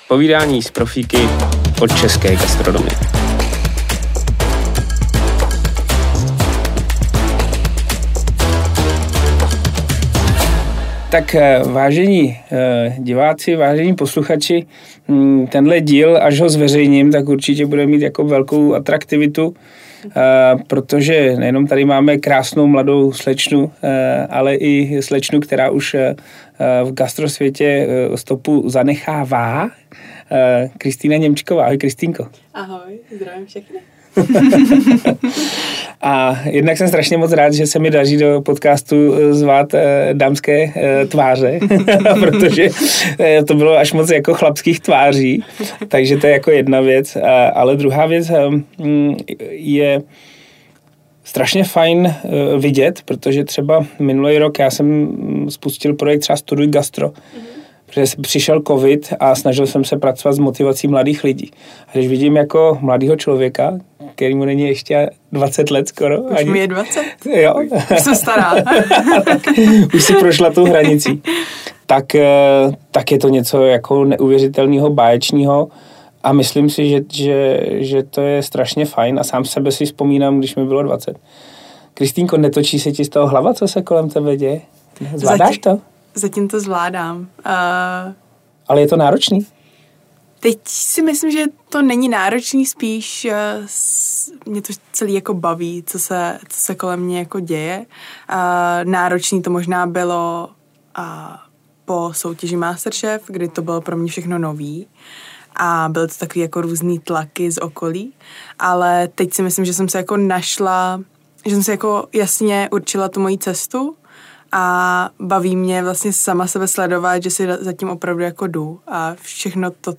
Povídání z profíky od české gastronomie. Tak vážení diváci, vážení posluchači, tenhle díl, až ho zveřejním, tak určitě bude mít jako velkou atraktivitu, protože nejenom tady máme krásnou mladou slečnu, ale i slečnu, která už v gastrosvětě stopu zanechává. Kristýna Němčková. Ahoj, Kristýnko. Ahoj, zdravím všechny. A jednak jsem strašně moc rád, že se mi daří do podcastu zvát dámské tváře, protože to bylo až moc jako chlapských tváří, takže to je jako jedna věc. Ale druhá věc je strašně fajn vidět, protože třeba minulý rok já jsem spustil projekt třeba Studuj gastro, protože přišel covid a snažil jsem se pracovat s motivací mladých lidí. A když vidím jako mladého člověka, který mu není ještě 20 let skoro. Už mi je 20? Jo. Už jsem stará. Už si prošla tou hranicí. Tak je to něco jako neuvěřitelného, báječného a myslím si, že to je strašně fajn a sám sebe si vzpomínám, když mi bylo 20. Kristýnko, netočí se ti z toho hlava, co se kolem tebe děje? Zvládáš to? Zatím to zvládám. Ale je to náročný? Teď si myslím, že to není náročný, spíš mě to celý jako baví, co se kolem mě jako děje. Náročný to možná bylo po soutěži Masterchef, kdy to bylo pro mě všechno nový a byly to takový jako různý tlaky z okolí, ale teď si myslím, že jsem se jako našla, že jsem se jako jasně určila tu moji cestu a baví mě vlastně sama sebe sledovat, že si zatím opravdu jako jdu a všechno to,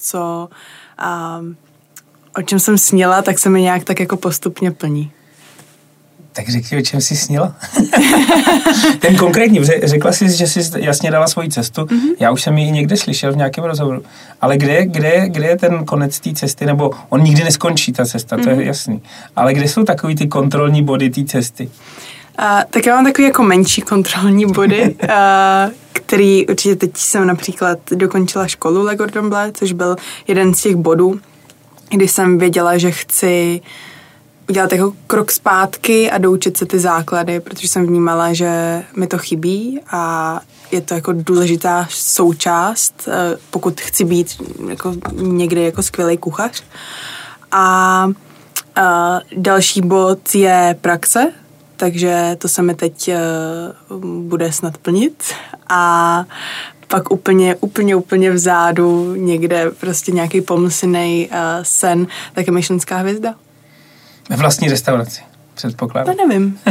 o čem jsem snila, tak se mi nějak tak jako postupně plní. Tak řekni, o čem jsi snila? Ten konkrétní, řekla jsi, že jsi jasně dala svoji cestu, já už jsem ji někde slyšel v nějakém rozhovoru, ale kde je ten konec té cesty, nebo on nikdy neskončí ta cesta, to je jasný, ale kde jsou takový ty kontrolní body té cesty? Tak já mám takový jako menší kontrolní body, který určitě teď jsem například dokončila školu Le Cordon Bleu, což byl jeden z těch bodů, kdy jsem věděla, že chci udělat jako krok zpátky a doučit se ty základy, protože jsem vnímala, že mi to chybí a je to jako důležitá součást, pokud chci být jako někdy jako skvělý kuchař. A další bod je praxe, takže to se mi teď bude snad plnit a pak úplně vzadu někde prostě nějaký pomyslný sen, tak je Michelinská hvězda. Ve vlastní restauraci, předpokládám. To nevím.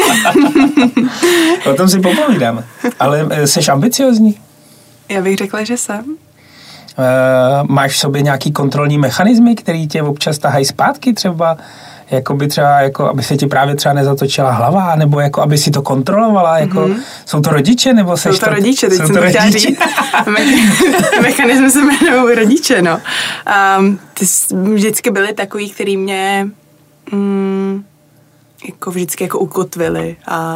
O tom si popovídáme. Ale jsi ambiciozní? Já bych řekla, že jsem. Máš v sobě nějaký kontrolní mechanismy, který tě občas tahají zpátky třeba? Jakoby třeba, jako, aby se ti právě třeba nezatočila hlava, nebo jako, aby si to kontrolovala, jako, jsou to rodiče, nebo seš Jsou to rodiče, teď jsem to chtěla říct. Mechanismy se jmenují rodiče, no. Ty vždycky byly takový, který mě jako vždycky jako ukotvili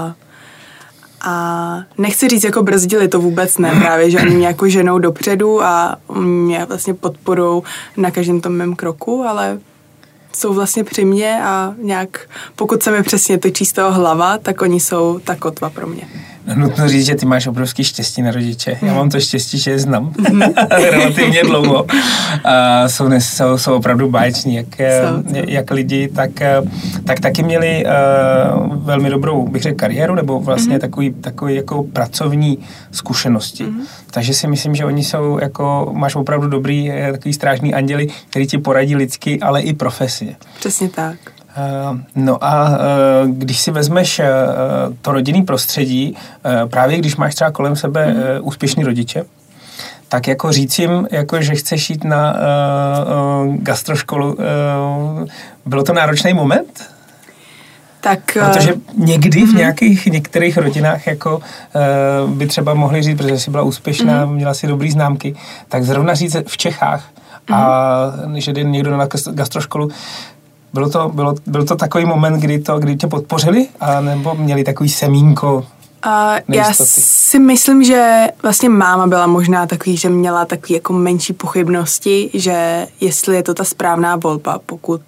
a nechci říct jako brzdili, to vůbec ne, právě, že oni mě jako ženou dopředu a mě vlastně podporou na každém tom mém kroku, ale jsou vlastně při mě a nějak, pokud se mi přesně točí z toho hlava, tak oni jsou ta kotva pro mě. No, nutno říct, že ty máš obrovský štěstí na rodiče. Já mám to štěstí, že je znám relativně dlouho. Jsou opravdu báječní, jak lidi, tak taky měli velmi dobrou, bych řekl, kariéru, nebo vlastně takový jako pracovní zkušenosti. Takže si myslím, že oni jsou jako, máš opravdu dobrý takový strážný anděli, který ti poradí lidsky, ale i profesně. Přesně tak. No a když si vezmeš to rodinný prostředí, právě když máš třeba kolem sebe úspěšný rodiče, tak jako říct jim, jako, že chceš jít na gastroškolu, bylo to náročný moment? Tak, protože někdy v některých rodinách jako by třeba mohli říct, protože jsi byla úspěšná, měla si dobrý známky, tak zrovna říct v Čechách a že jde někdo na gastroškolu, byl to takový moment, kdy tě podpořili, a nebo měli takový semínko Já si myslím, že vlastně máma byla možná takový, že měla takový jako menší pochybnosti, že jestli je to ta správná volba, pokud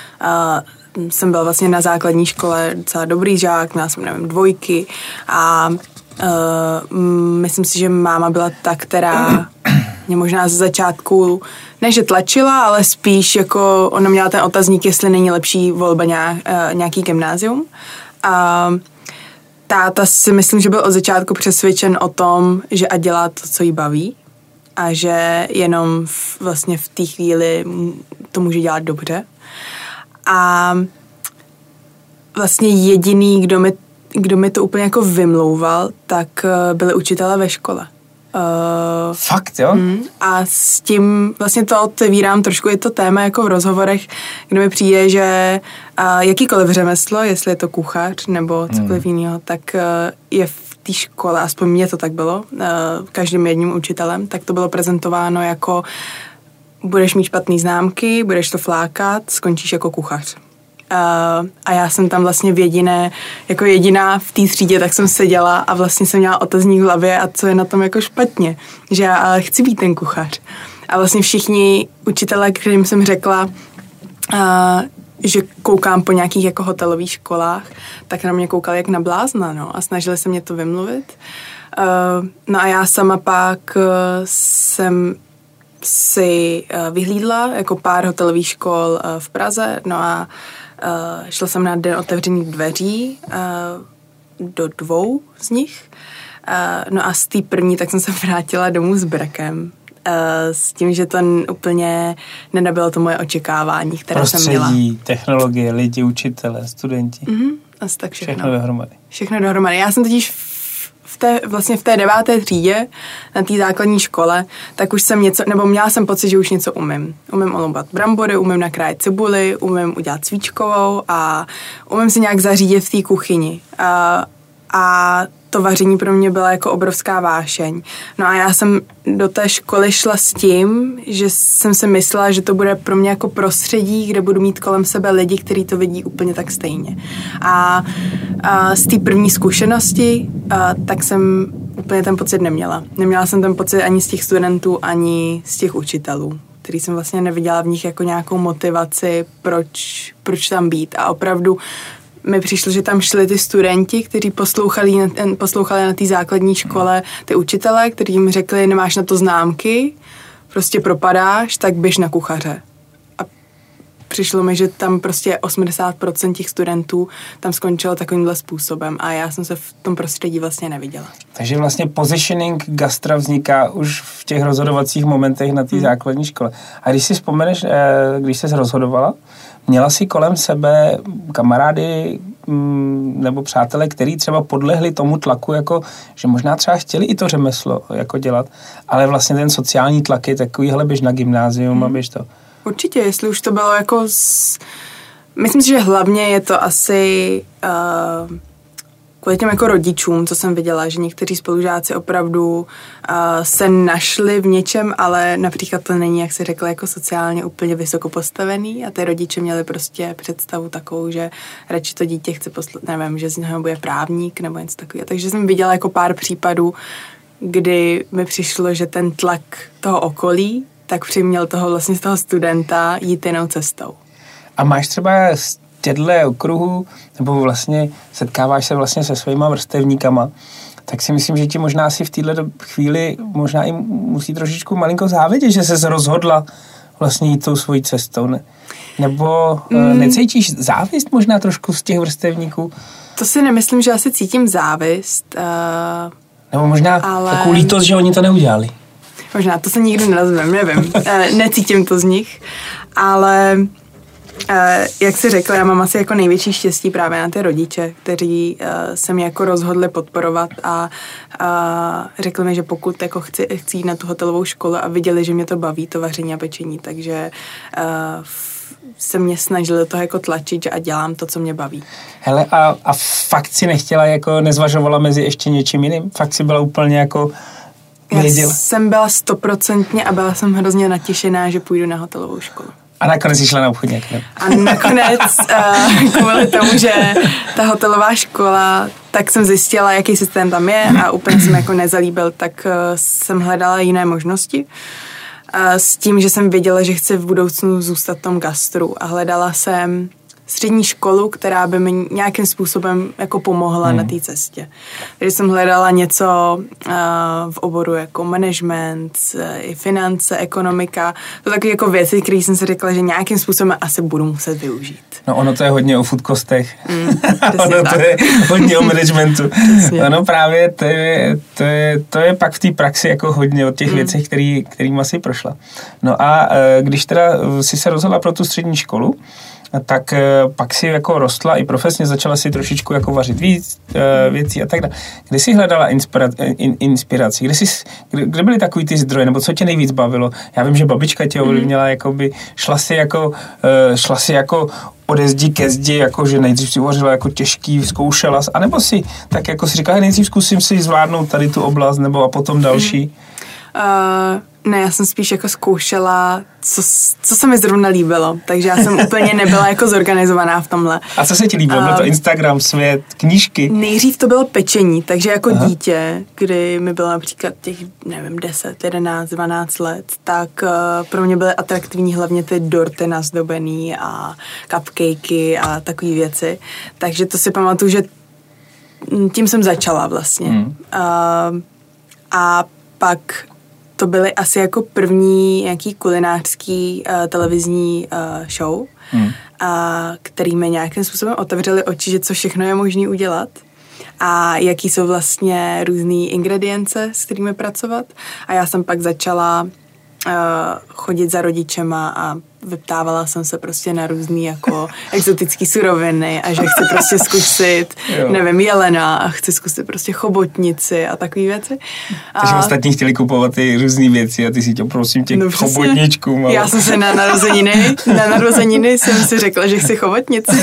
jsem byl vlastně na základní škole docela dobrý žák, měla jsem, nevím, 2 a myslím si, že máma byla ta, která mě možná z začátku, ne že tlačila, ale spíš jako ona měla ten otazník, jestli není lepší volba nějaký gymnázium. A táta si myslím, že byl od začátku přesvědčen o tom, že ať dělá to, co jí baví a že jenom vlastně v té chvíli to může dělat dobře. A vlastně jediný, kdo mi to úplně jako vymlouval, tak byli učitelé ve škole. Fakt, jo? A s tím vlastně to otevírám trošku, je to téma jako v rozhovorech, kde mi přijde, že jakýkoliv řemeslo, jestli je to kuchař nebo cokoliv jiného, tak je v té škole, aspoň mně to tak bylo, každým jedním učitelem, tak to bylo prezentováno jako budeš mít špatný známky, budeš to flákat, skončíš jako kuchař. A já jsem tam vlastně jako jediná v té třídě, tak jsem seděla a vlastně jsem měla otazník v hlavě a co je na tom jako špatně, že já ale chci být ten kuchař. A vlastně všichni učitelé, kterým jsem řekla, že koukám po nějakých jako hotelových školách, tak na mě koukali jak na blázna, no, a snažili se mě to vymluvit. No a já sama pak jsem si vyhlídla jako pár hotelových škol v Praze, no a šla jsem na den otevřených dveří do 2 z nich. No a z té první tak jsem se vrátila domů s brakem. S tím, že to úplně nenabylo to moje očekávání, které jsem měla. Prostředí, technologie, lidi, učitelé, studenti. Asi tak všechno dohromady. Všechno dohromady. Já jsem totiž v té 9. třídě na té základní škole, tak už jsem měla jsem pocit, že už něco umím. Umím oloubat brambory, umím nakrájet cibuli, umím udělat svíčkovou a umím si nějak zařídit v té kuchyni. A to vaření pro mě byla jako obrovská vášeň. No a já jsem do té školy šla s tím, že jsem si myslela, že to bude pro mě jako prostředí, kde budu mít kolem sebe lidi, kteří to vidí úplně tak stejně. A z té první zkušenosti tak jsem úplně ten pocit neměla. Neměla jsem ten pocit ani z těch studentů, ani z těch učitelů, který jsem vlastně neviděla v nich jako nějakou motivaci, proč tam být. A opravdu mi přišlo, že tam šli ty studenti, kteří poslouchali na té základní škole ty učitele, kteří jim řekli, nemáš na to známky, prostě propadáš, tak běž na kuchaře. A přišlo mi, že tam prostě 80% těch studentů tam skončilo takovýmhle způsobem a já jsem se v tom prostředí vlastně neviděla. Takže vlastně positioning gastra vzniká už v těch rozhodovacích momentech na té základní škole. A když si vzpomeneš, když jsi rozhodovala, měla jsi kolem sebe kamarády nebo přátelé, který třeba podlehli tomu tlaku, jako, že možná třeba chtěli i to řemeslo jako dělat, ale vlastně ten sociální tlak je takový, hele, běž na gymnázium a běž to. Určitě, jestli už to bylo jako... Myslím si, že hlavně je to asi kvůli těm jako rodičům, co jsem viděla, že někteří spolužáci opravdu se našli v něčem, ale například to není, jak se řekla, jako sociálně úplně vysoko postavený a ty rodiče měli prostě představu takovou, že radši to dítě chce nevím, že z něho bude právník nebo něco takového. Takže jsem viděla jako pár případů, kdy mi přišlo, že ten tlak toho okolí tak přiměl z toho studenta jít jinou cestou. A máš třeba z těchto okruhu, nebo vlastně setkáváš se vlastně se svýma vrstevníkama, tak si myslím, že ti možná si v této chvíli možná i musí trošičku malinko závidět, že ses rozhodla vlastně jít tou svojí cestou, ne? Nebo necítíš závist možná trošku z těch vrstevníků? To si nemyslím, že asi cítím závist. Nebo možná takovou lítost, že oni to neudělali. Možná, to se nikdy nenazvem, nevím. Necítím to z nich, ale jak jsi řekla, já mám asi jako největší štěstí právě na ty rodiče, kteří se mě jako rozhodli podporovat a řekli mi, že pokud jako chci jít na tu hotelovou školu a viděli, že mě to baví, to vaření a pečení, takže se mě snažili do toho jako tlačit a dělám to, co mě baví. Hele, a fakt si nechtěla, jako nezvažovala mezi ještě něčím jiným? Fakt si byla úplně jako věděla? Já jsem byla 100% a byla jsem hrozně natěšená, že půjdu na hotelovou školu. A nakonec jsi šla na obchodňák, ne? A nakonec kvůli tomu, že ta hotelová škola tak jsem zjistila, jaký systém tam je a úplně jsem jako nezalíbil, tak jsem hledala jiné možnosti. S tím, že jsem věděla, že chci v budoucnu zůstat v tom gastru a hledala jsem střední školu, která by mi nějakým způsobem jako pomohla na té cestě. Takže jsem hledala něco v oboru jako management, i finance, ekonomika. To takové jako věci, které jsem si řekla, že nějakým způsobem asi budu muset využít. No ono to je hodně o food costech. Ono to je hodně o managementu. Ono právě to je pak v té praxi jako hodně o těch věcech, kterým asi prošla. No a když teda si se rozhodla pro tu střední školu, tak pak si jako rostla i profesně, začala si trošičku jako vařit víc věcí a tak dále. Kde jsi hledala inspiraci? Kde byly takový ty zdroje, nebo co tě nejvíc bavilo? Já vím, že babička tě ovlivnila, jakoby šla si jako ode zdi ke zdi, jako že nejdřív si uvařila jako těžký, zkoušela, anebo si tak jako si říkala, nejdřív zkusím si zvládnout tady tu oblast, nebo a potom další? Ne, já jsem spíš jako zkoušela, co se mi zrovna líbilo, takže já jsem úplně nebyla jako zorganizovaná v tomhle. A co se ti líbilo? Byl to Instagram, svět, knížky? Nejdřív to bylo pečení, takže jako dítě, kdy mi bylo například těch, nevím, 10, 11, 12 let, tak pro mě byly atraktivní hlavně ty dorty nazdobený a cupcakey a takové věci. Takže to si pamatuju, že tím jsem začala vlastně. A pak to byly asi jako první nějaký kulinářský televizní show, který mi nějakým způsobem otevřely oči, že co všechno je možné udělat a jaký jsou vlastně různý ingredience, s kterými pracovat. A já jsem pak začala chodit za rodičema a vyptávala jsem se prostě na různý jako exotický suroviny a že chci prostě zkusit, nevím, jelena a chci zkusit prostě chobotnici a takové věci. Takže ostatní chtěli kupovat ty různý věci a ty si tě prosím těch chobotničků. Mala. Já jsem se na narozeniny jsem si řekla, že chci chobotnici.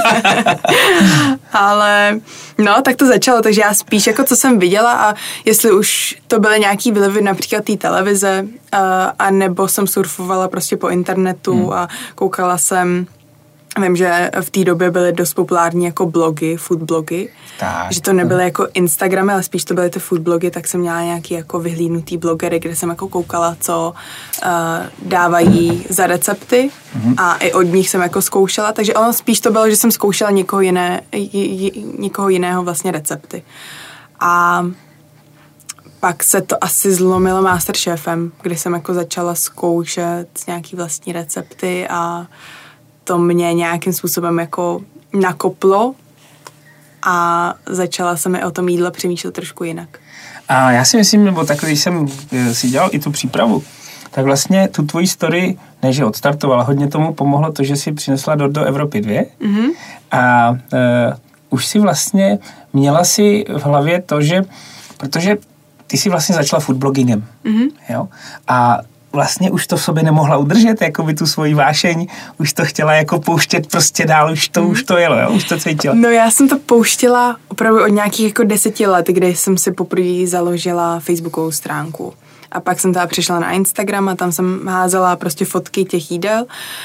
Ale no, tak to začalo, takže já spíš jako co jsem viděla a jestli už to byly nějaký vlivy například té televize a nebo jsem surfovala prostě po internetu a koukala jsem, vím, že v té době byly dost populární jako blogy, food blogy, že to nebyly jako Instagramy, ale spíš to byly ty food blogy, tak jsem měla nějaký jako vyhlídnutý blogery, kde jsem jako koukala, co dávají za recepty a i od nich jsem jako zkoušela, takže ono spíš to bylo, že jsem zkoušela někoho jiného vlastně recepty. A pak se to asi zlomilo Masterchefem, kdy jsem jako začala zkoušet nějaký vlastní recepty a to mě nějakým způsobem jako nakoplo a začala jsem mi o tom jídle přemýšlet trošku jinak. A já si myslím, nebo takhle, když jsem si dělal i tu přípravu, tak vlastně tu tvoji story, ne že odstartovala, hodně tomu pomohlo to, že si přinesla do Evropy 2 a už si vlastně měla si v hlavě to, že protože ty jsi vlastně začala foodbloggingem, jo? A vlastně už to v sobě nemohla udržet, jako by tu svoji vášeň, už to chtěla jako pouštět prostě dál, už to jelo, jo? Už to cítila. No já jsem to pouštěla opravdu od nějakých jako 10 let, kdy jsem si poprvé založila facebookovou stránku. A pak jsem teda přišla na Instagram a tam jsem házela prostě fotky těch jídel.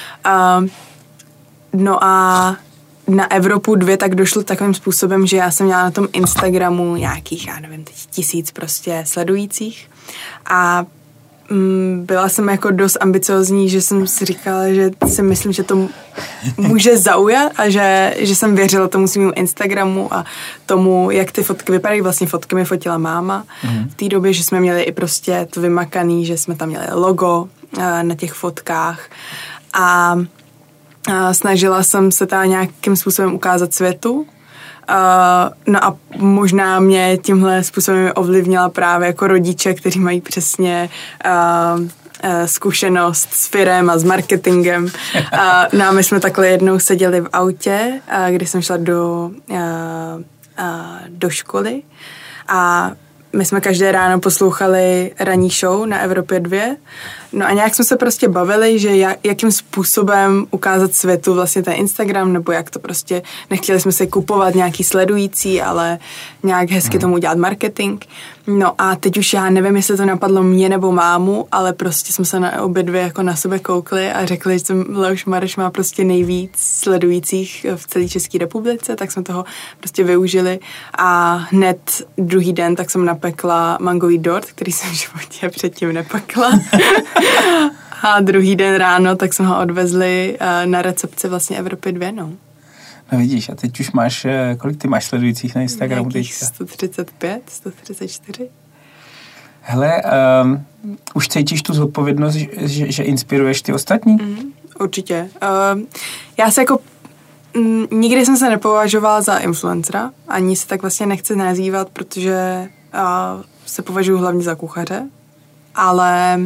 No a na Evropu 2 tak došlo takovým způsobem, že já jsem měla na tom Instagramu nějakých, já nevím, 1000 prostě sledujících a byla jsem jako dost ambiciozní, že jsem si říkala, že si myslím, že to může zaujat a že jsem věřila tomu svým Instagramu a tomu, jak ty fotky vypadají. Vlastně fotky mi fotila máma v té době, že jsme měli i prostě to vymakaný, že jsme tam měli logo na těch fotkách a snažila jsem se tam nějakým způsobem ukázat světu. No a možná mě tímhle způsobem ovlivnila právě jako rodiče, kteří mají přesně zkušenost s firem a s marketingem. No a my jsme takhle jednou seděli v autě, kdy jsem šla do školy a my jsme každé ráno poslouchali ranní show na Evropě 2. No a nějak jsme se prostě bavili, že jakým způsobem ukázat světu vlastně ten Instagram, nebo jak to prostě, nechtěli jsme si kupovat nějaký sledující, ale nějak hezky tomu udělat marketing. No a teď už já nevím, jestli to napadlo mě nebo mámu, ale prostě jsme se na obě dvě jako na sebe koukli a řekli, že Leoš Mareš má prostě nejvíc sledujících v celé České republice, tak jsme toho prostě využili a hned druhý den tak jsem napekla mangový dort, který jsem v životě předtím nepekla. A druhý den ráno tak jsme ho odvezli na recepci vlastně Evropy 2, no. No vidíš, a teď už máš, kolik ty máš sledujících na Instagramu teďka? 135, 134. Hele, už cítíš tu zodpovědnost, že inspiruješ ty ostatní? Určitě. Já se jako nikdy jsem se nepovažovala za influencera, ani se tak vlastně nechci nazývat, protože se považuji hlavně za kuchaře, ale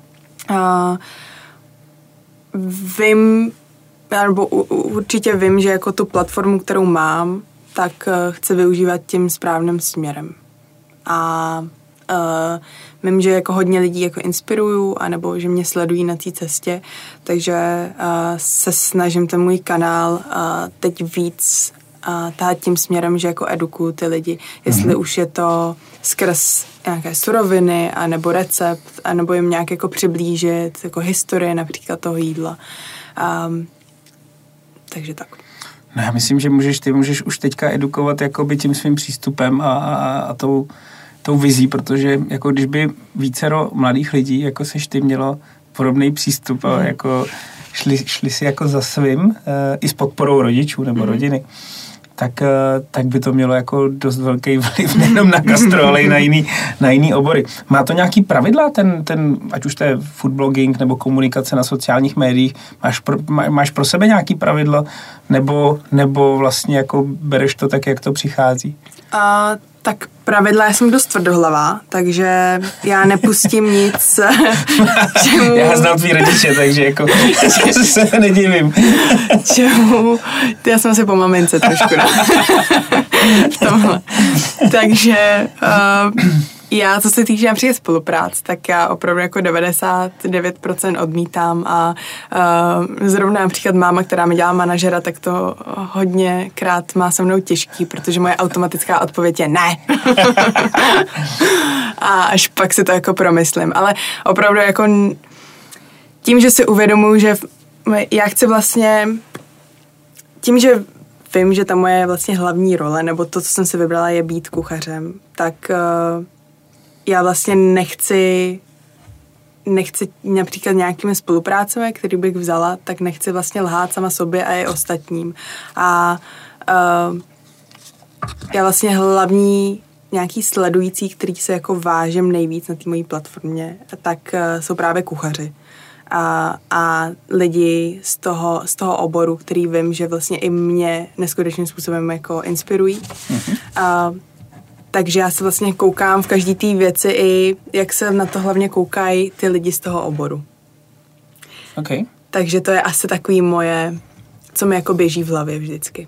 vím, nebo určitě vím, že jako tu platformu, kterou mám, tak chci využívat tím správným směrem. A vím, že jako hodně lidí jako inspiruju, anebo že mě sledují na té cestě, takže se snažím ten můj kanál teď víc tahat tím směrem, že jako edukuju ty lidi, jestli už je to skrz nějaké suroviny, anebo recept, anebo jim nějak jako přiblížit jako historie například toho jídla. Takže tak. No já myslím, že ty můžeš už teďka edukovat jakoby tím svým přístupem a tou vizí, protože jako když by vícero mladých lidí, jako seš ty, mělo podobný přístup a jako šli si jako za svým i s podporou rodičů nebo rodiny, tak by to mělo jako dost velký vliv nejenom na gastro, ale i na jiný obory. Má to nějaký pravidla, ten ať už to je foodblogging nebo komunikace na sociálních médiích, máš pro sebe nějaký pravidla, nebo vlastně jako bereš to tak, jak to přichází? Tak pravidla, já jsem dost tvrdohlavá, takže já nepustím nic, čemu... Já znám tvý rodiče, takže jako se nedivím. Čemu? Já jsem asi po mamince trošku, no. V tomhle. Takže já, co se týče například spolupráce, tak já opravdu jako 99% odmítám a zrovna například máma, která mi dělá manažera, tak to hodněkrát má se mnou těžký, protože moje automatická odpověď je ne. A až pak si to jako promyslím. Ale opravdu jako tím, že si uvědomuji, že já chci vlastně tím, že vím, že ta moje vlastně hlavní role, nebo to, co jsem si vybrala, je být kuchařem, tak já vlastně nechci například nějakými spoluprácemi, který bych vzala, tak nechci vlastně lhát sama sobě a i ostatním. A já vlastně hlavní nějaký sledující, který se jako vážím nejvíc na té mojí platformě, tak jsou právě kuchaři. A lidi z toho oboru, který vím, že vlastně i mě neskutečným způsobem jako inspirují. Takže já se vlastně koukám v každý té věci i jak se na to hlavně koukají ty lidi z toho oboru. Okay. Takže to je asi takový moje, co mi jako běží v hlavě vždycky.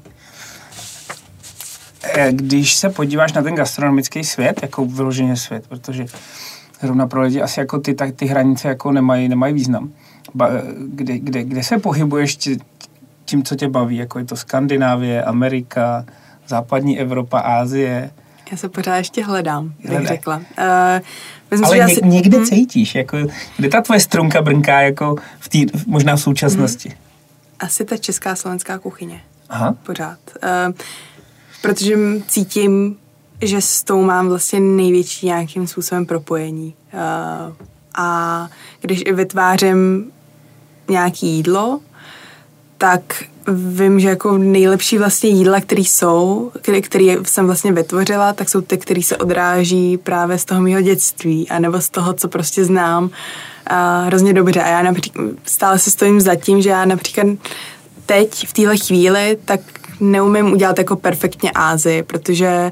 Když se podíváš na ten gastronomický svět, jako vyloženě svět, protože zrovna pro lidi asi jako ty hranice jako nemají význam. Kde se pohybuješ tím, co tě baví? Jako je to Skandinávie, Amerika, západní Evropa, Asie? Já se pořád ještě hledám, bych řekla. Ale někde cítíš, jako, kde ta tvoje strunka brnká jako možná v současnosti? Asi ta česká slovenská kuchyně. Aha. Pořád. Protože cítím, že s tou mám vlastně největší nějakým způsobem propojení. A když i vytvářím nějaké jídlo, tak vím, že jako nejlepší vlastně jídla, které jsem vlastně vytvořila, tak jsou ty, které se odráží právě z toho mého dětství, anebo z toho, co prostě znám hrozně dobře. A já například stále se stojím za tím, že já například teď v téhle chvíli tak neumím udělat jako perfektně Ázii, protože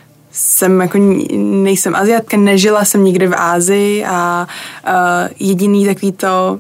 nejsem Asiatka, nežila jsem nikdy v Ázii a jediný takový to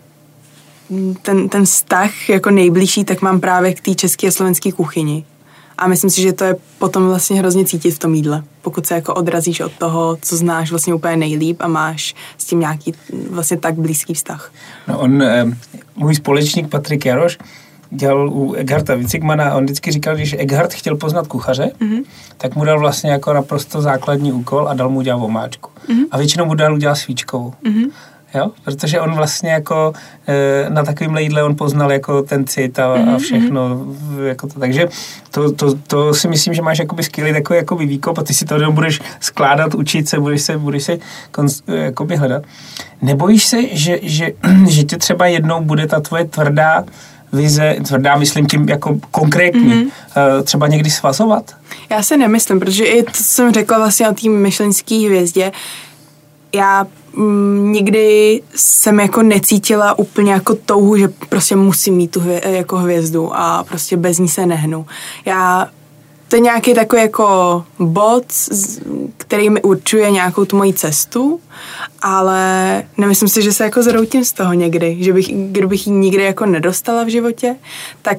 ten vztah jako nejbližší, tak mám právě k té české a slovenské kuchyni. A myslím si, že to je potom vlastně hrozně cítit v tom jídle, pokud se jako odrazíš od toho, co znáš vlastně úplně nejlíp a máš s tím nějaký vlastně tak blízký vztah. No můj společník Patrik Jaroš dělal u Eckharta Witzigmana a on vždycky říkal, že když Eckhart chtěl poznat kuchaře, tak mu dal vlastně jako naprosto základní úkol a dal mu udělat omáčku. A většinou mu dal udělat svíčkovou. Jo? Protože on vlastně jako na takovýmhle jídle on poznal jako ten cit a všechno. Jako to. Takže to si myslím, že máš jakoby skvělý takový jakoby výkop a ty si to jenom budeš skládat, učit se, budeš se jakoby hledat. Nebojíš se, že tě třeba jednou bude ta tvoje tvrdá vize, tvrdá myslím tím jako konkrétní, třeba někdy svazovat? Já si nemyslím, protože i to jsem řekla vlastně o té michelinské hvězdě, já nikdy jsem jako necítila úplně jako touhu, že prostě musím mít tu jako hvězdu a prostě bez ní se nehnu. To je nějaký takový jako bod, který mi určuje nějakou tu moji cestu, ale nemyslím si, že se jako zroutím z toho někdy, že kdybych ji nikdy jako nedostala v životě, tak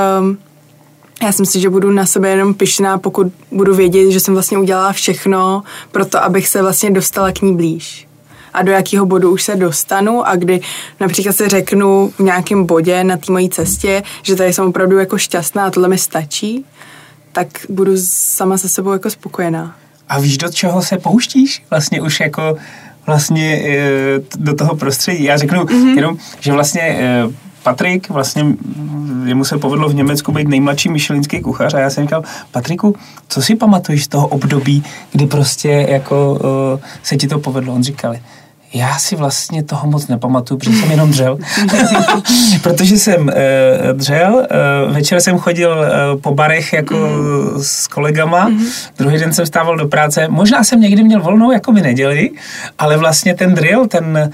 já si myslím, že budu na sebe jenom pyšná, pokud budu vědět, že jsem vlastně udělala všechno pro to, abych se vlastně dostala k ní blíž. A do jakého bodu už se dostanu a kdy například si řeknu v nějakém bodě na té mojí cestě, že tady jsem opravdu jako šťastná a tohle mi stačí, tak budu sama se sebou jako spokojená. A víš, do čeho se pouštíš? Vlastně už jako vlastně do toho prostředí. Já řeknu jenom, že vlastně Patrik, vlastně jemu se povedlo v Německu být nejmladší michelinský kuchař a já jsem říkal, Patriku, co si pamatuješ z toho období, kdy prostě jako se ti to povedlo? On říkal, já si vlastně toho moc nepamatuju, protože jsem jenom dřel. Protože jsem dřel, večer jsem chodil po barech jako s kolegama, druhý den jsem stával do práce, možná jsem někdy měl volnou jako by neděli, ale vlastně ten drill,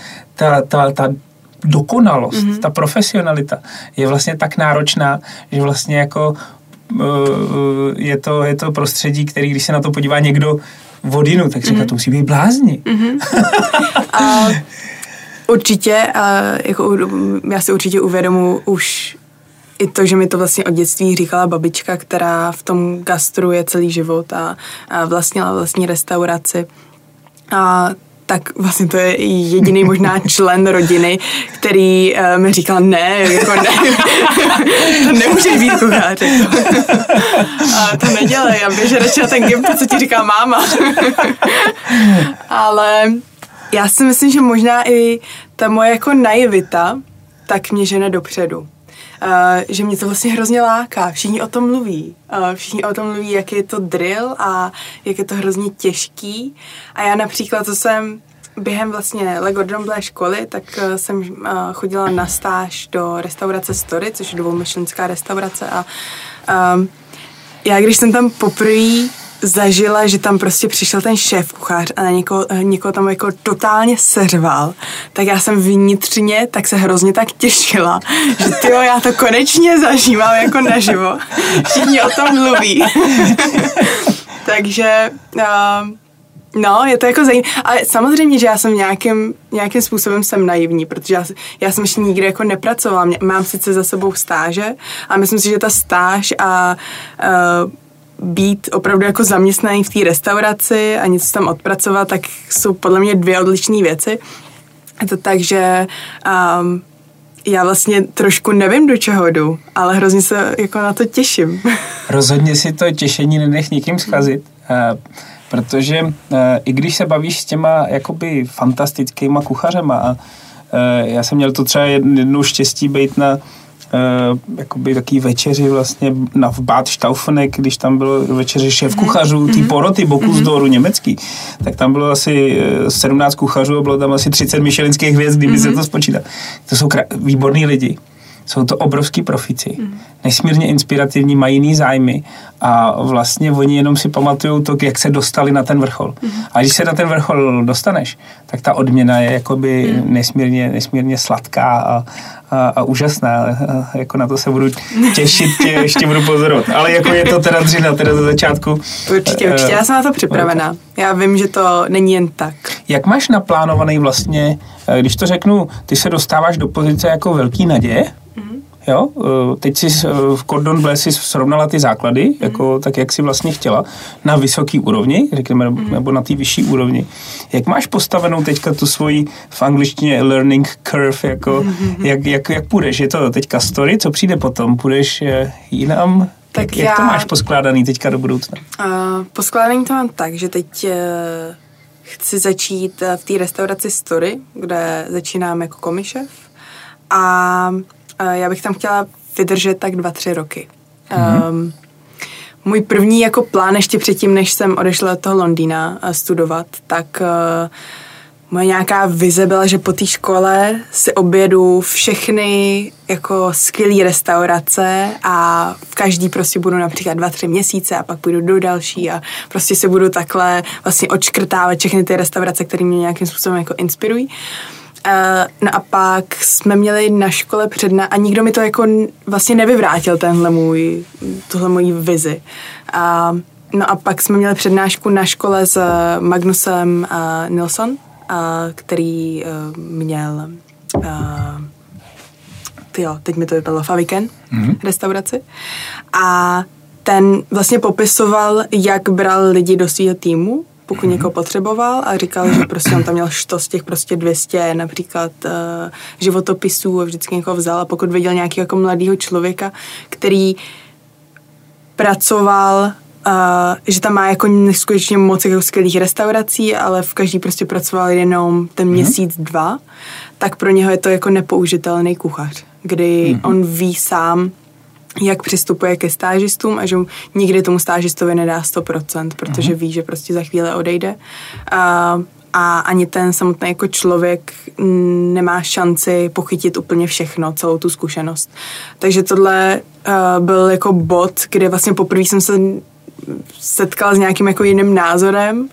ta dokonalost, ta profesionalita je vlastně tak náročná, že vlastně jako je to prostředí, který, když se na to podívá někdo vodinu, tak říká, to musí být blázni. A určitě, jako já si určitě uvědomuji už i to, že mi to vlastně od dětství říkala babička, která v tom gastru je celý život a vlastnila vlastní restauraci. A tak vlastně to je jediný možná člen rodiny, který mi říkal ne, jako ne, to nemůžeš být kuchař. A to nedělej, a běž radši na ten gimp, co ti říká máma. Ale já si myslím, že možná i ta moje jako naivita tak mě žene dopředu. Že mě to vlastně hrozně láká. Všichni o tom mluví. Všichni o tom mluví, jak je to drill a jak je to hrozně těžký. A já například, co jsem během vlastně Le Cordon Bleu školy, tak jsem chodila na stáž do restaurace Story, což je dvoumyšlenská restaurace a já, když jsem tam poprvé zažila, že tam prostě přišel ten šéf kuchař a na někoho tam jako totálně seřval, tak já jsem vnitřně tak se hrozně tak těšila, že tyjo, já to konečně zažívám jako naživo. Všichni o tom mluví. Takže no, je to jako zajímavé. Ale samozřejmě, že já jsem nějakým způsobem jsem naivní, protože já jsem ještě nikdy jako nepracovala. Mám sice za sebou stáže, a myslím si, že ta stáž a být opravdu jako zaměstnaný v té restauraci a něco tam odpracovat, tak jsou podle mě dvě odlišné věci. Je to tak, že já vlastně trošku nevím, do čeho jdu, ale hrozně se jako na to těším. Rozhodně si to těšení nenech nikým zkazit, protože i když se bavíš s těma jakoby fantastickýma kuchařema a já jsem měl to třeba jednou štěstí být na jakoby taký večeři vlastně v Bad Stauffeneck, když tam bylo večeři šéf kuchařů, ty poroty Bocuse d'Oru německý, tak tam bylo asi 17 kuchařů a bylo tam asi 30 michelinských hvězd, kdyby se to spočítat. To jsou výborní lidi. Jsou to obrovský profíci, nesmírně inspirativní, mají jiný zájmy a vlastně oni jenom si pamatujou to, jak se dostali na ten vrchol. A když se na ten vrchol dostaneš, tak ta odměna je jakoby nesmírně sladká a úžasná. A jako na to se budu těšit, ještě budu pozorovat. Ale jako je to teda dřina, teda za začátku. Určitě, já jsem na to připravená. Já vím, že to není jen tak. Jak máš naplánovaný vlastně, když to řeknu, ty se dostáváš do pozice jako velký naděje, Jo? Teď si v Cordon Bleu si srovnala ty základy, jako tak, jak si vlastně chtěla, na vysoký úrovni, řekněme, nebo na té vyšší úrovni. Jak máš postavenou teďka tu svoji v angličtině learning curve, jako, jak půjdeš? Je to teďka story, co přijde potom? Půjdeš jinam? Tak jak to máš poskládaný teďka do budoucna? Poskládaný to mám tak, že teď chci začít v té restauraci Story, kde začínám jako komišef a já bych tam chtěla vydržet tak 2-3 roky. Můj první jako plán ještě předtím, než jsem odešla do toho Londýna studovat, tak moje nějaká vize byla, že po té škole si objedu všechny jako skvělý restaurace a v každý prostě budu například 2-3 měsíce a pak půjdu do další a prostě si budu takhle vlastně odškrtávat všechny ty restaurace, které mě nějakým způsobem jako inspirují. No a pak jsme měli na škole a nikdo mi to jako vlastně nevyvrátil tuhle můj vizi. No a pak jsme měli přednášku na škole s Magnusem Nilsson, který měl teď mi to vypadlo Faviken restauraci a ten vlastně popisoval, jak bral lidi do svého týmu, pokud někoho potřeboval a říkal, že prostě on tam měl štos těch prostě 200 například životopisů a vždycky někoho vzal a pokud viděl nějakého jako mladého člověka, který pracoval, že tam má jako neskutečně moc jako skvělých restaurací, ale v každý prostě pracoval jenom ten měsíc, 2, tak pro něho je to jako nepoužitelný kuchař, kdy on ví sám, jak přistupuje ke stážistům a že nikdy tomu stážistovi nedá 100%, protože ví, že prostě za chvíli odejde. A ani ten samotný jako člověk nemá šanci pochytit úplně všechno, celou tu zkušenost. Takže tohle byl jako bod, kde vlastně poprvé jsem se setkala s nějakým jako jiným názorem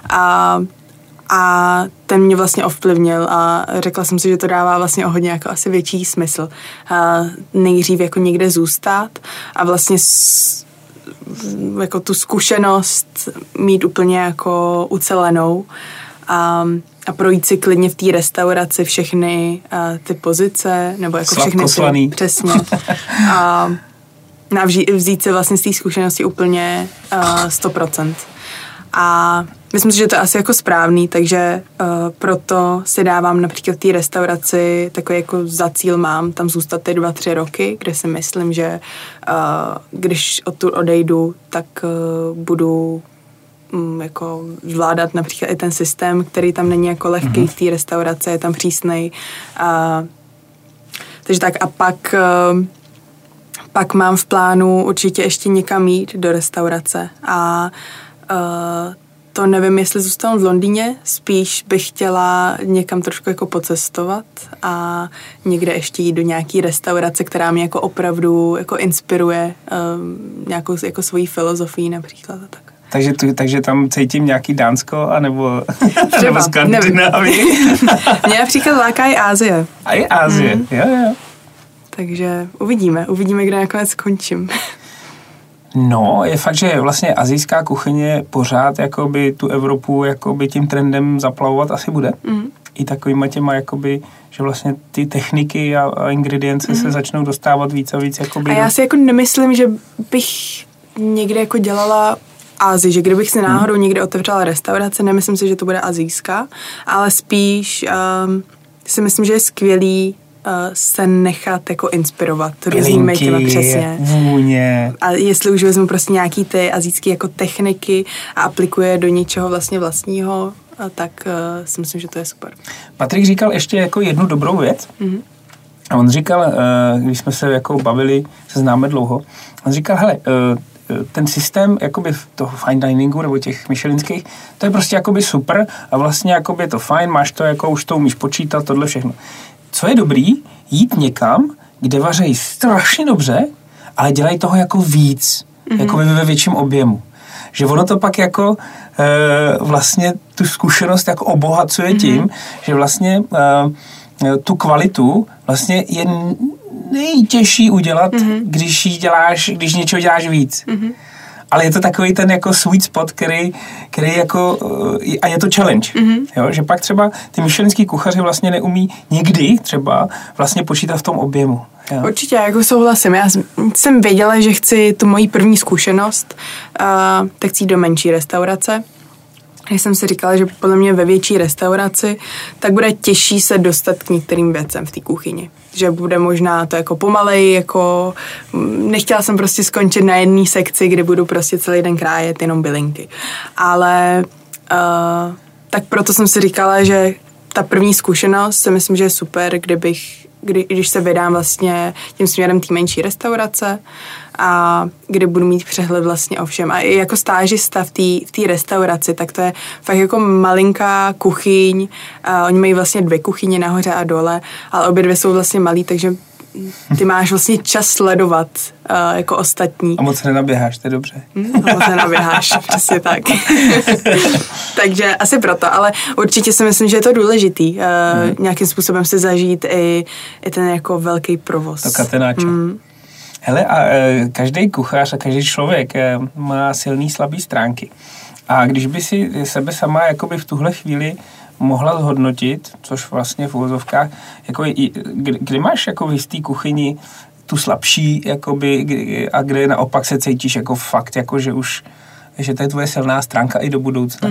a ten mě vlastně ovlivnil a řekla jsem si, že to dává vlastně o hodně jako asi větší smysl. Nejdřív jako někde zůstat a vlastně jako tu zkušenost mít úplně jako ucelenou a projít si klidně v té restauraci všechny ty pozice, nebo jako všechny ty, přesně. A vzít si vlastně z té zkušenosti úplně 100%. A myslím si, že to je asi jako správný, takže proto si dávám například v té restauraci takový jako za cíl mám tam zůstat ty 2-3 roky, kde si myslím, že když odtud odejdu, tak budu jako zvládat například i ten systém, který tam není jako lehký v té restauraci, je tam přísnej. Takže tak a pak mám v plánu určitě ještě někam jít do restaurace a to nevím, jestli zůstanu v Londýně, spíš bych chtěla někam trošku jako pocestovat a někde ještě jít do nějaký restaurace, která mě jako opravdu jako inspiruje nějakou jako svojí filozofii například a tak. Takže tam cítím nějaký Dánsko, anebo Skandinávii. Mě například láká i Asie. A i Asie, jo. Takže uvidíme, kde nakonec skončím. No, je fakt, že vlastně asijská kuchyně pořád jakoby tu Evropu jakoby tím trendem zaplavovat asi bude. I takovýma těma jakoby, že vlastně ty techniky a ingredience se začnou dostávat víc a víc jakoby. A já si jako nemyslím, že bych někde jako dělala Asii, že kdybych si náhodou někde otevřela restaurace, nemyslím si, že to bude asijská, ale spíš si myslím, že je skvělý se nechat jako inspirovat různými těma přesně. Vůně. A jestli už vezmu prostě nějaký ty asijské jako techniky a aplikuje do něčeho vlastně vlastního, tak si myslím, že to je super. Patrik říkal ještě jako jednu dobrou věc. A on říkal, když jsme se jako bavili, se známe dlouho, on říkal, hele, ten systém jakoby toho fine diningu nebo těch michelinských, to je prostě jakoby super a vlastně jakoby je to fajn, máš to jako už to umíš počítat, tohle všechno. Co je dobrý, jít někam, kde vařejí strašně dobře, ale dělají toho jako víc, jako ve větším objemu. Že ono to pak jako vlastně tu zkušenost jako obohacuje tím, že vlastně tu kvalitu vlastně je nejtěžší udělat, když něčeho děláš víc. ale je to takový ten jako sweet spot, který jako, a je to challenge, jo, že pak třeba ty michelinský kuchaři vlastně neumí nikdy třeba vlastně počítat v tom objemu. Jo. Určitě, jako souhlasím. Já jsem věděla, že chci tu moji první zkušenost, tak chci jít do menší restaurace. Když jsem si říkala, že podle mě ve větší restauraci, tak bude těžší se dostat k některým věcem v té kuchyni. Že bude možná to jako pomalej, jako nechtěla jsem prostě skončit na jedné sekci, kde budu prostě celý den krájet jenom bylinky. Ale tak proto jsem si říkala, že ta první zkušenost si myslím, že je super, když se vydám vlastně tím směrem té menší restaurace a kdy budu mít přehled vlastně o všem. A i jako stážista v té restauraci, tak to je fakt jako malinká kuchyň. Oni mají vlastně 2 kuchyně nahoře a dole, ale obě 2 jsou vlastně malý, takže ty máš vlastně čas sledovat jako ostatní. A moc nenaběháš, to je dobře. Moc nenaběháš, přesně tak. Takže asi proto, ale určitě si myslím, že je to důležitý nějakým způsobem si zažít i ten jako velký provoz. To katenáče. Hele, a každý kuchař a každý člověk má silný, slabý stránky. A když by si sebe sama jakoby v tuhle chvíli mohla zhodnotit, což vlastně v uvozovkách, jako kdy máš jako v jistý kuchyni tu slabší, jakoby, a kde naopak se cítíš jako fakt, jako že to je tvoje silná stránka i do budoucna.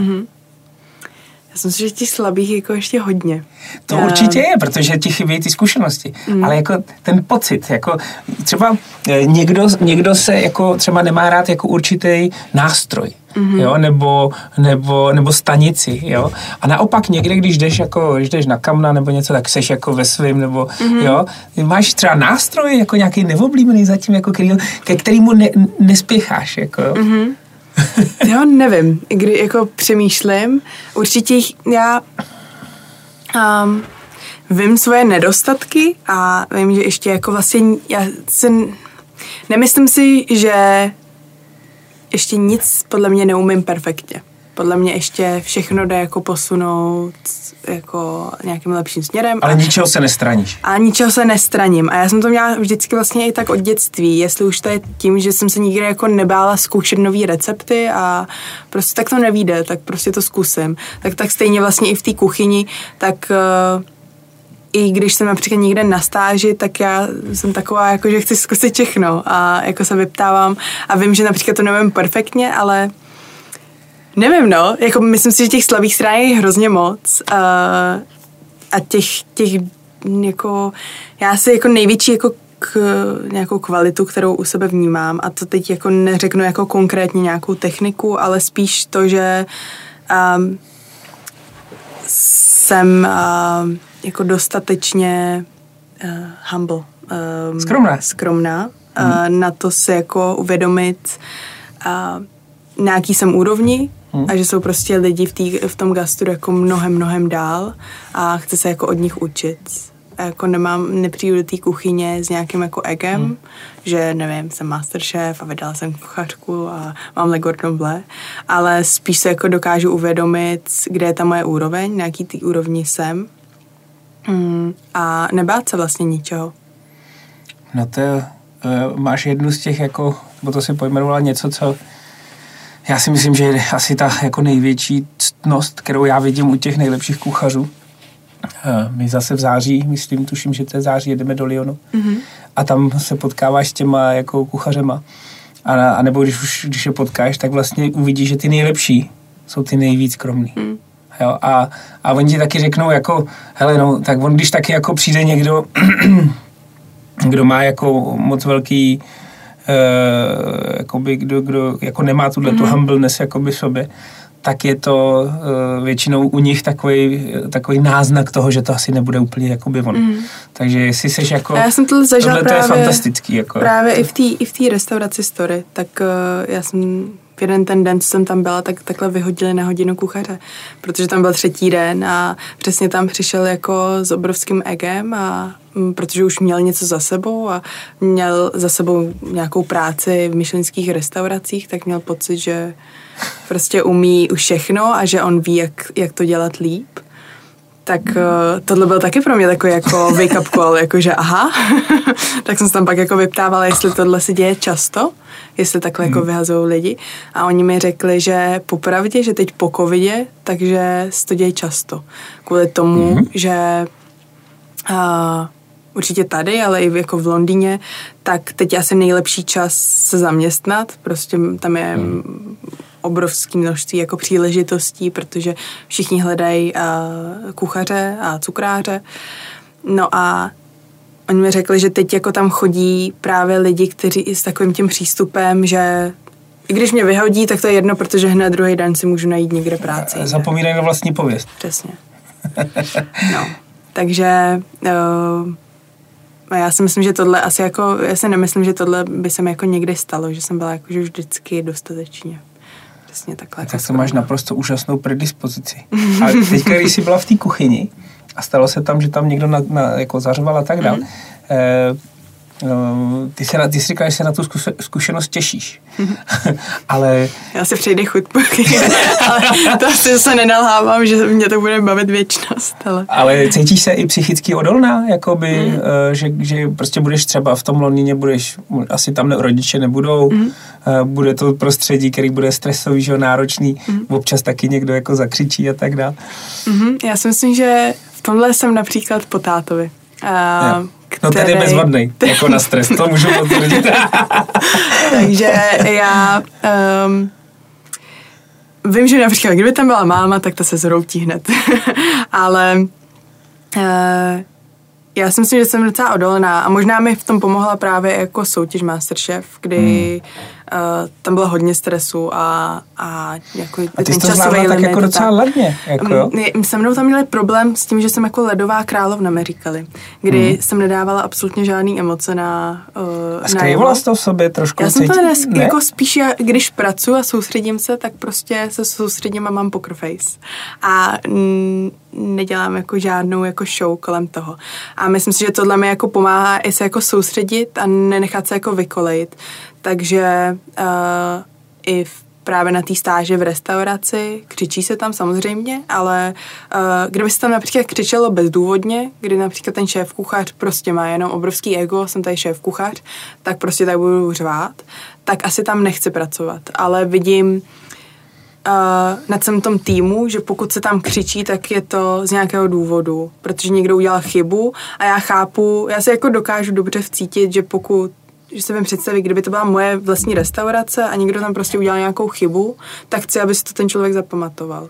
Já jsem si, že těch slabých jako ještě hodně. To určitě je, protože ti chybějí ty zkušenosti. Ale jako ten pocit, jako třeba někdo se jako třeba nemá rád jako určitý nástroj, jo, nebo stanici, jo. A naopak někde, když jdeš na kamna nebo něco, tak seš jako ve svým, nebo jo. Máš třeba nástroj jako nějaký neoblíbený zatím, jako ke kterému nespěcháš, jako jo. Jo, nevím, kdy jako přemýšlím, určitě já vím svoje nedostatky a vím, že ještě jako vlastně nemyslím si, že ještě nic podle mě neumím perfektně. Podle mě ještě všechno jde jako posunout jako nějakým lepším směrem. Ale ničeho se nestraníš. A ničeho se nestraním. A já jsem to měla vždycky vlastně i tak od dětství. Jestli už to je tím, že jsem se nikdy jako nebála zkoušet nový recepty a prostě tak to nevyjde, tak prostě to zkusím. Tak stejně vlastně i v té kuchyni, tak i když jsem například někde na stáži, tak já jsem taková, jako že chci zkusit všechno a jako se vyptávám a vím, že například to nevím perfektně, ale nevím, no, jako myslím si, že těch slabých stran je hrozně moc a těch jako, já si jako největší jako nějakou kvalitu, kterou u sebe vnímám a to teď jako neřeknu jako konkrétně nějakou techniku, ale spíš to, že jsem jako dostatečně humble. Skromná. Na to si jako uvědomit na jaký jsem úrovni a že jsou prostě lidi v tom gastru jako mnohem dál a chci se jako od nich učit. A jako nepřijdu do té kuchyně s nějakým jako egem, že nevím, jsem masterchef a vydala jsem kuchařku a mám Le Cordon Bleu, ale spíš se jako dokážu uvědomit, kde je ta moje úroveň, na jaký té úrovni jsem a nebát se vlastně ničeho. No to máš jednu z těch jako, bo to si pojmenovala něco, co já si myslím, že je asi ta jako největší ctnost, kterou já vidím u těch nejlepších kuchařů. My zase v září, tuším, že to je září, jedeme do Lyonu a tam se potkáváš s těma jako kuchařema. A nebo když je potkáš, tak vlastně uvidíš, že ty nejlepší jsou ty nejvíc skromný. Jo, a oni ti taky řeknou jako, hele no, tak on když taky jako přijde někdo, kdo má jako moc velký jakoby, kdo jako nemá tu humbleness jakoby v sobě, tak je to většinou u nich takový náznak toho, že to asi nebude úplně jakoby on. Takže jestli seš jako... Já jsem to zažila právě, to je fantastický. Jako. Právě i v té restauraci Story, tak já jsem jeden ten den, co jsem tam byla, tak takhle vyhodili na hodinu kuchaře, protože tam byl 3. den a přesně tam přišel jako s obrovským egem a protože už měl něco za sebou a měl za sebou nějakou práci v michelinských restauracích, tak měl pocit, že prostě umí už všechno a že on ví, jak to dělat líp. Tak tohle byl taky pro mě takový jako wake up call, jakože aha, tak jsem se tam pak jako vyptávala, jestli tohle se děje často, jestli takhle jako vyhazují lidi a oni mi řekli, že popravdě, že teď po covidě, takže se to děje často. Kvůli tomu, že určitě tady, ale i jako v Londýně, tak teď je asi nejlepší čas se zaměstnat, prostě tam je obrovské množství jako příležitostí, protože všichni hledají kuchaře a cukráře. No a oni mi řekli, že teď jako tam chodí právě lidi, kteří i s takovým tím přístupem, že i když mě vyhodí, tak to je jedno, protože hned druhý den si můžu najít někde práci. Zapomínají na vlastní pověst. Přesně. No, takže já si myslím, že tohle asi jako, já si nemyslím, že tohle by se mi jako někdy stalo, že jsem byla jakože vždycky dostatečně. Přesně takhle. Tak to máš naprosto úžasnou predispozici. A teďka, když jsi byla v té kuchyni a stalo se tam, že tam někdo jako zařval a tak dále, ty jsi říkala, že se na tu zkušenost těšíš. Ale... Já si přejde chuť, ale to asi se nenalhávám, že mě to bude bavit věčnost. Ale cítíš se i psychicky odolná? Jakoby, že prostě budeš třeba v tom Londýně, asi tam rodiče nebudou, bude to prostředí, který bude stresový, že náročný, občas taky někdo jako zakřičí a tak dále. Já si myslím, že v tomhle jsem například po tátovi. No ten je bezvadný, jako na stres, to můžu potvrdit. Takže já vím, že například, kdyby tam byla máma, tak to se zroutí hned. Ale já si myslím, že jsem docela odolná a možná mi v tom pomohla právě jako soutěž Masterchef, kdy tam bylo hodně stresu a jako a ty jsi to zvládla tak jako docela ladně. Jako jo? Se mnou tam měli problém s tím, že jsem jako ledová královna, mi říkali, kdy jsem nedávala absolutně žádný emoce na a skrývala jsi to v sobě trošku? Já jsem to jako spíš, když pracuji a soustředím se, tak prostě se soustředím a mám poker face. A nedělám jako žádnou jako show kolem toho. A myslím si, že tohle mi jako pomáhá i se jako soustředit a nenechat se jako vykolejit. Takže i právě na té stáži v restauraci, křičí se tam samozřejmě, ale kdyby se tam například křičelo bezdůvodně, kdy například ten šéf-kuchař prostě má jenom obrovský ego, jsem tady šéf-kuchař, tak prostě tak budu řvát, tak asi tam nechci pracovat. Ale vidím na celém tom týmu, že pokud se tam křičí, tak je to z nějakého důvodu, protože někdo udělal chybu a já chápu, já se jako dokážu dobře vcítit, že že se mi představí, kdyby to byla moje vlastní restaurace a někdo tam prostě udělal nějakou chybu, tak chci, aby si to ten člověk zapamatoval.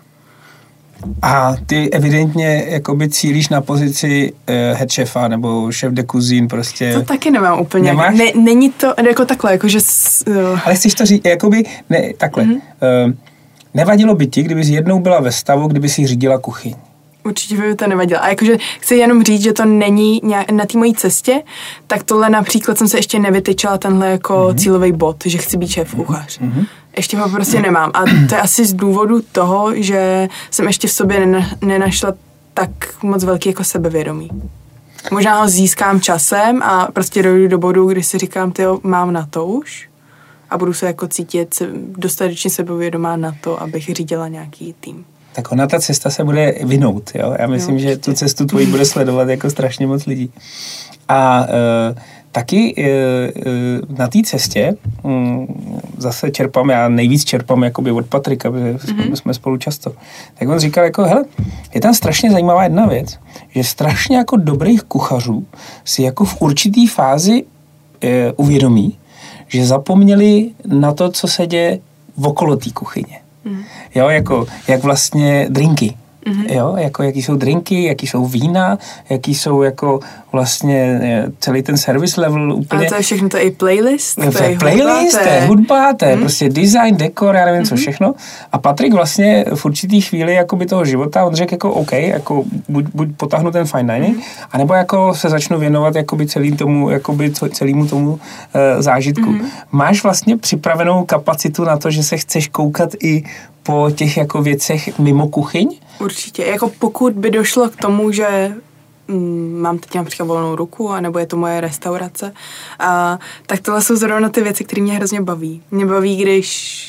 A ty evidentně jakoby cílíš na pozici head chefa nebo chef de cuisine prostě. To taky nemám úplně. Není to jako takhle, jakože... Ale chceš to říct, jakoby, ne, takhle. Nevadilo by ti, kdybys jednou byla ve stavu, kdyby si řídila kuchyň? Určitě by to nevadilo. A jakože chci jenom říct, že to není na té mojí cestě, tak tohle například jsem se ještě nevytyčila tenhle jako cílový bod, že chci být šéf-kuchař. Ještě ho prostě nemám. A to je asi z důvodu toho, že jsem ještě v sobě nenašla tak moc velký jako sebevědomí. Možná ho získám časem a prostě dojdu do bodu, kdy si říkám, tyjo, mám na to už a budu se jako cítit dostatečně sebevědomá na to, abych řídila nějaký tým. Tak ona ta cesta se bude vinout, jo? Já myslím, že tu cestu tvoji bude sledovat jako strašně moc lidí. A taky na té cestě zase čerpám, já nejvíc čerpám jakoby od Patrika, protože jsme spolu často. Tak on říkal jako, hele, je tam strašně zajímavá jedna věc, že strašně jako dobrých kuchařů si jako v určitý fázi uvědomí, že zapomněli na to, co se děje okolo té kuchyně. Jo, jako, jak vlastně drinky. Jo, jako jaký jsou drinky, jaký jsou vína, jaký jsou jako vlastně celý ten service level úplně. A to je všechno, to je i playlist? To je hudba, to je prostě design, dekor, já nevím co všechno. A Patrik vlastně v určitý chvíli jakoby toho života, on řekl jako OK, jako buď potáhnu ten fine dining, anebo jako se začnu věnovat jakoby celému tomu zážitku. Máš vlastně připravenou kapacitu na to, že se chceš koukat i po těch jako věcech mimo kuchyň? Určitě. Jako pokud by došlo k tomu, že mám teď například volnou ruku, anebo je to moje restaurace, tak tohle jsou zrovna ty věci, které mě hrozně baví. Mě baví, když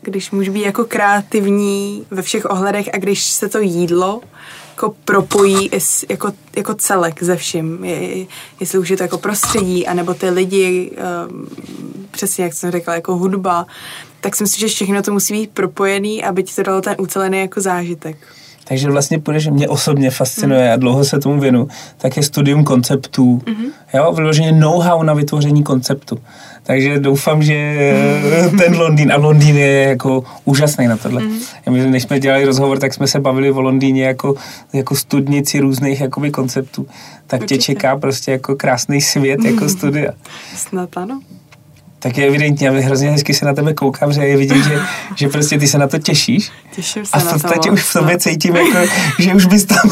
když můžu být jako kreativní ve všech ohledech a když se to jídlo jako propojí jako celek ze vším. Jestli už je to jako prostředí, anebo ty lidi, přesně jak jsem řekla, jako hudba, tak si myslím, že všechno to musí být propojený, aby ti to dalo ten ucelený jako zážitek. Takže vlastně půjdeš, mě osobně fascinuje a dlouho se tomu věnu, tak je studium konceptů. Jo, vyloženě know-how na vytvoření konceptu. Takže doufám, že ten Londýn, a Londýn je jako úžasný na tohle. Než jsme dělali rozhovor, tak jsme se bavili o Londýně jako studnici různých jakoby konceptů. Tak určitě. Tě čeká prostě jako krásný svět jako studia. Snad ano. Tak je evidentně, ale hrozně hezky se na tebe koukám, že je vidět, že prostě ty se na to těšíš. Těším se a na to. A v podstatě už v sobě cítím, jako, že už bys tam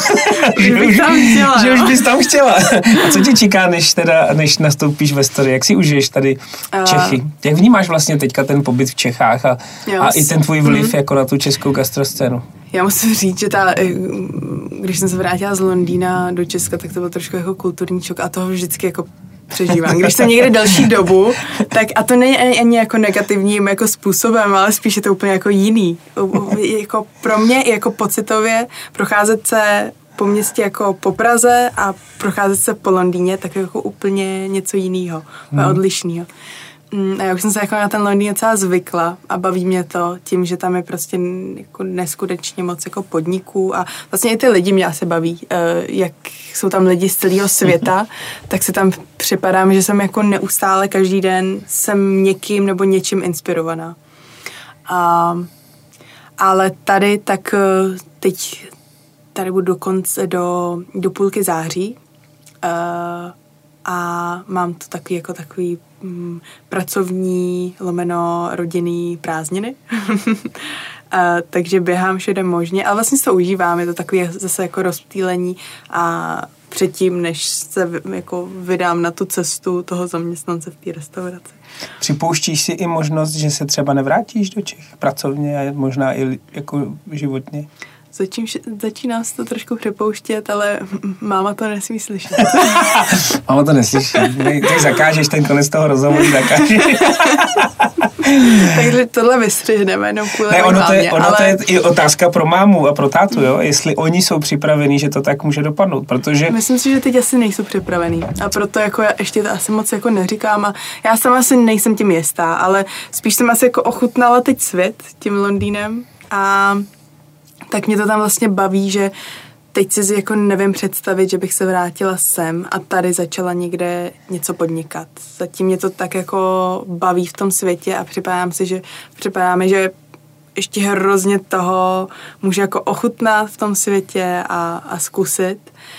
chtěla. A co tě čeká, než nastoupíš ve Story? Jak si užiješ tady Čechy? Jak vnímáš vlastně teďka ten pobyt v Čechách a i ten tvůj vliv jako na tu českou gastroscénu? Já musím říct, že když jsem se vrátila z Londýna do Česka, tak to byl trošku jako kulturní šok a toho vždycky jako přežívám. Když jsem někde delší dobu, tak a to není ani jako negativním jako způsobem, ale spíš je to úplně jako jiný. Jako pro mě jako pocitově procházet se po městě jako po Praze a procházet se po Londýně, tak jako úplně něco jiného, odlišného. A já už jsem se jako na ten Londýn docela zvykla a baví mě to tím, že tam je prostě jako neskutečně moc jako podniků a vlastně i ty lidi mě asi baví, jak jsou tam lidi z celého světa, tak se tam připadám, že jsem jako neustále každý den jsem někým nebo něčím inspirovaná. Ale tady tak teď tady budu dokonce do půlky září a mám to takový pracovní / rodinný prázdniny. Takže běhám všude možně, ale vlastně se to užívám, je to takový zase jako rozptýlení a předtím, než se jako vydám na tu cestu toho zaměstnance v té restauraci. Připouštíš si i možnost, že se třeba nevrátíš do Čech pracovně a možná i jako životně? Začíná se to trošku připouštět, ale máma to nesmí slyšet. Máma to neslyší. Ty zakážeš ten konec toho rozhovoru, zakážeš. Takže tohle vystřihneme jenom kvůli to je i otázka pro mámu a pro tátu, jo? Jestli oni jsou připravení, že to tak může dopadnout, protože... Myslím si, že teď asi nejsou připravení a proto jako já ještě to asi moc jako neříkám a já sama asi nejsem tím jistá, ale spíš jsem asi jako ochutnala teď svět tím Londýnem a tak mě to tam vlastně baví, že teď si jako nevím představit, že bych se vrátila sem a tady začala někde něco podnikat. Zatím mě to tak jako baví v tom světě a připadáme, že ještě hrozně toho můžu jako ochutnat v tom světě a zkusit.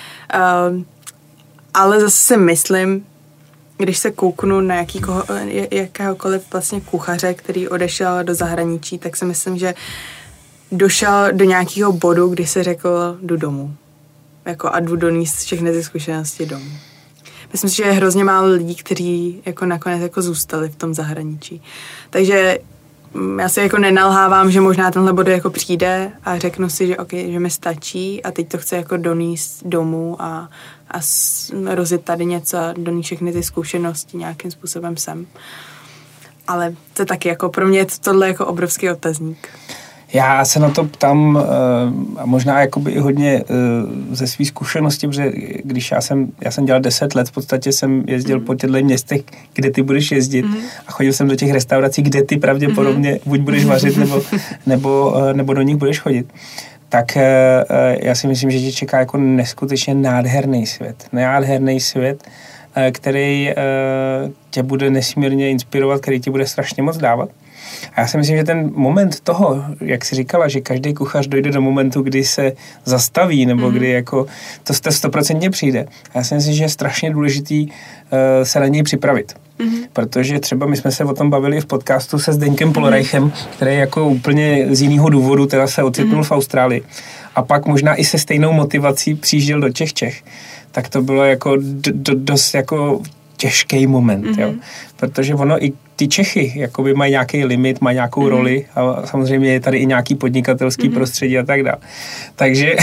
Ale zase si myslím, když se kouknu na jakéhokoliv vlastně kuchaře, který odešel do zahraničí, tak si myslím, že došel do nějakého bodu, kdy se řekl, jdu domů. A jdu donést všechny ty zkušenosti domů. Myslím si, že je hrozně málo lidí, kteří jako nakonec jako zůstali v tom zahraničí. Takže já si jako nenalhávám, že možná tenhle bod jako přijde a řeknu si, že okay, že mi stačí a teď to chci jako donést domů a rozjet tady něco a donést všechny ty zkušenosti nějakým způsobem sem. Ale to je taky jako pro mě je tohle jako obrovský otazník. Já se na to ptám a možná jakoby i hodně ze svých zkušeností, protože když já jsem dělal 10 let, v podstatě jsem jezdil po těchto městech, kde ty budeš jezdit a chodil jsem do těch restaurací, kde ty pravděpodobně buď budeš vařit, nebo do nich budeš chodit. Tak já si myslím, že tě čeká jako neskutečně nádherný svět, který tě bude nesmírně inspirovat, který ti bude strašně moc dávat. A já si myslím, že ten moment toho, jak jsi říkala, že každý kuchař dojde do momentu, kdy se zastaví, nebo kdy jako to 100% přijde. A já si myslím, že je strašně důležitý se na něj připravit. Protože třeba my jsme se o tom bavili v podcastu se Zdeňkem Polreichem, který jako úplně z jiného důvodu teda se ocitnul v Austrálii. A pak možná i se stejnou motivací přijížděl do Čech. Tak to bylo jako dost jako těžký moment, jo. Protože ono i ty Čechy jakoby mají nějaký limit, mají nějakou roli a samozřejmě je tady i nějaký podnikatelský prostředí a tak dále. Takže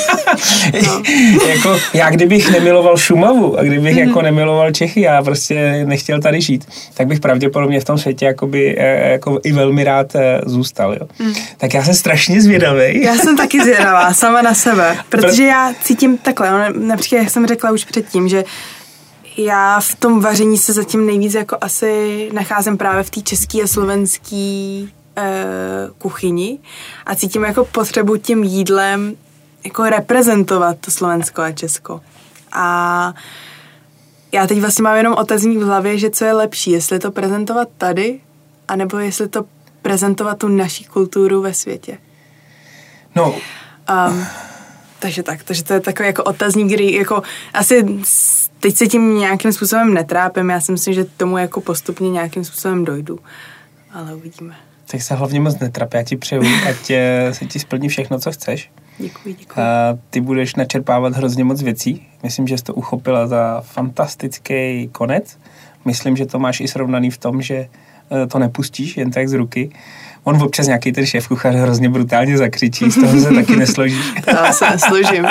jako já kdybych nemiloval Šumavu a kdybych jako nemiloval Čechy, já prostě nechtěl tady žít, tak bych pravděpodobně v tom světě jakoby, jako i velmi rád zůstal, jo. Tak já jsem strašně zvědavej. Já jsem taky zvědavá, sama na sebe, protože já cítím takhle, například jak jsem řekla už předtím, že já v tom vaření se zatím nejvíc jako asi nacházím právě v té české a slovenské kuchyni a cítím jako potřebu tím jídlem jako reprezentovat to Slovensko a Česko. A já teď vlastně mám jenom otazník v hlavě, že co je lepší, jestli to prezentovat tady, anebo jestli to prezentovat tu naší kulturu ve světě. No. Takže to je takový jako otazník, kdy jako asi teď se tím nějakým způsobem netrápím, já si myslím, že tomu jako postupně nějakým způsobem dojdu, ale uvidíme. Tak se hlavně moc netrap, já ti přeju, ať se ti splní všechno, co chceš. Děkuji. A ty budeš načerpávat hrozně moc věcí. Myslím, že jsi to uchopila za fantastický konec. Myslím, že to máš i srovnaný v tom, že to nepustíš jen tak z ruky. On občas nějaký ten šéf kuchař hrozně brutálně zakřičí, z toho se taky nesložíš. Já se nesložím.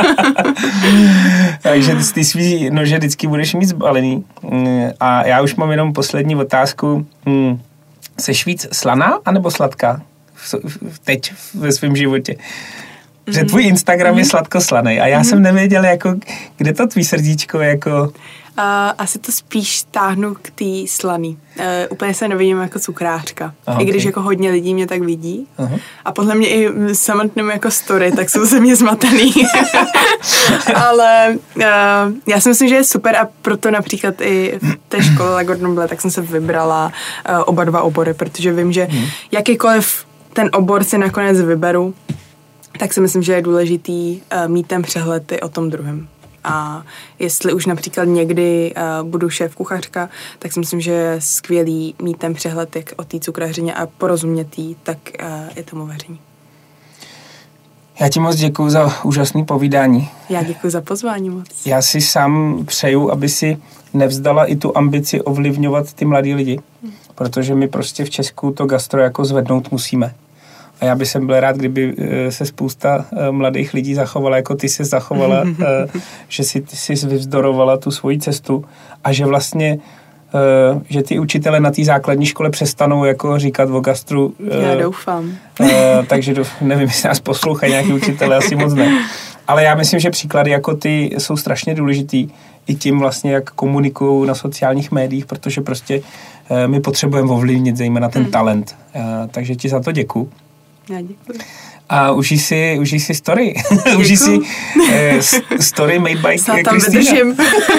Takže ty svý nože vždycky budeš mít zbalený. A já už mám jenom poslední otázku. Seš víc slaná anebo sladká teď ve svém životě? Že tvůj Instagram je sladkoslanej a já jsem nevěděl, jako, kde to tvý srdíčko jako... Asi to spíš táhnu k té slaný. Úplně se nevidím jako cukrářka. I když jako hodně lidí mě tak vidí. A podle mě i samotným jako story, tak jsou ze mě zmatený. Ale já si myslím, že je super a proto například i v té škole La Gordon Bleu, tak jsem se vybrala oba dva obory, protože vím, že jakýkoliv ten obor si nakonec vyberu, tak si myslím, že je důležitý mít ten přehled i o tom druhém. A jestli už například někdy budu šéf kuchařka, tak si myslím, že je skvělý mít ten přehled jak o té cukrařině a porozumět jí, tak je tomu vaření. Já ti moc děkuju za úžasné povídání. Já děkuji za pozvání moc. Já si sám přeju, aby si nevzdala i tu ambici ovlivňovat ty mladý lidi, protože my prostě v Česku to gastro jako zvednout musíme. A já bych byl rád, kdyby se spousta mladých lidí zachovala, jako ty se zachovala, že si vyvzdorovala tu svoji cestu a že vlastně, že ty učitele na té základní škole přestanou jako říkat o gastru. Já doufám. Takže nevím, jestli nás poslouchají nějaký učitele, asi moc ne. Ale já myslím, že příklady jako ty jsou strašně důležitý i tím vlastně, jak komunikují na sociálních médiích, protože prostě my potřebujeme ovlivnit zejména ten talent. Takže ti za to děkuju. Já děkuji. A užij si story. Užij si story made by Kristýna. Tam vydržím.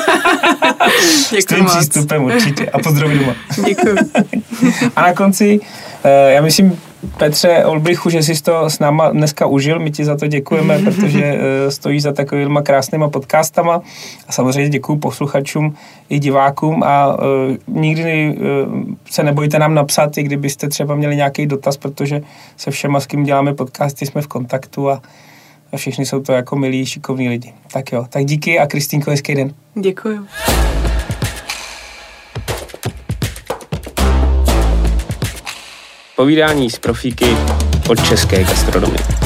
S tvým přístupem určitě. A pozdravuj doma. Děkuji. A na konci, já myslím, Petře Olbrichu, že jsi to s náma dneska užil. My ti za to děkujeme, protože stojíš za takovýma krásnýma podcastama. A samozřejmě děkuju posluchačům i divákům a nikdy se nebojte nám napsat, i kdybyste třeba měli nějaký dotaz, protože se všema, s kým děláme podcasty, jsme v kontaktu a všichni jsou to jako milí, šikovní lidi. Tak jo, tak díky a Kristýnko, hezký den. Děkuju. Povídání z profíky od české gastronomie.